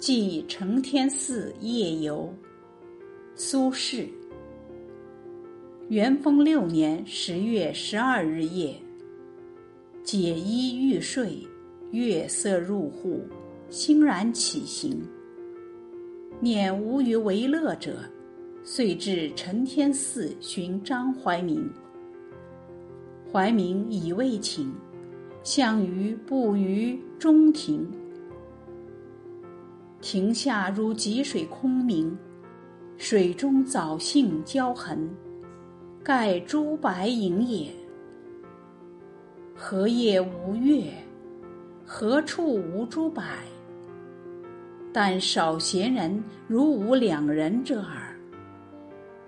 寄承天寺夜游。苏轼。元丰6年10月12日夜，解衣欲睡，月色入户，欣然起行。念无余为乐者，遂至承天寺寻张怀民。怀民已未寝，项羽步于中庭。庭下如积水空明，水中藻荇交痕，盖珠白影也。何夜无月？何处无珠柏？但少闲人如吾2人者耳。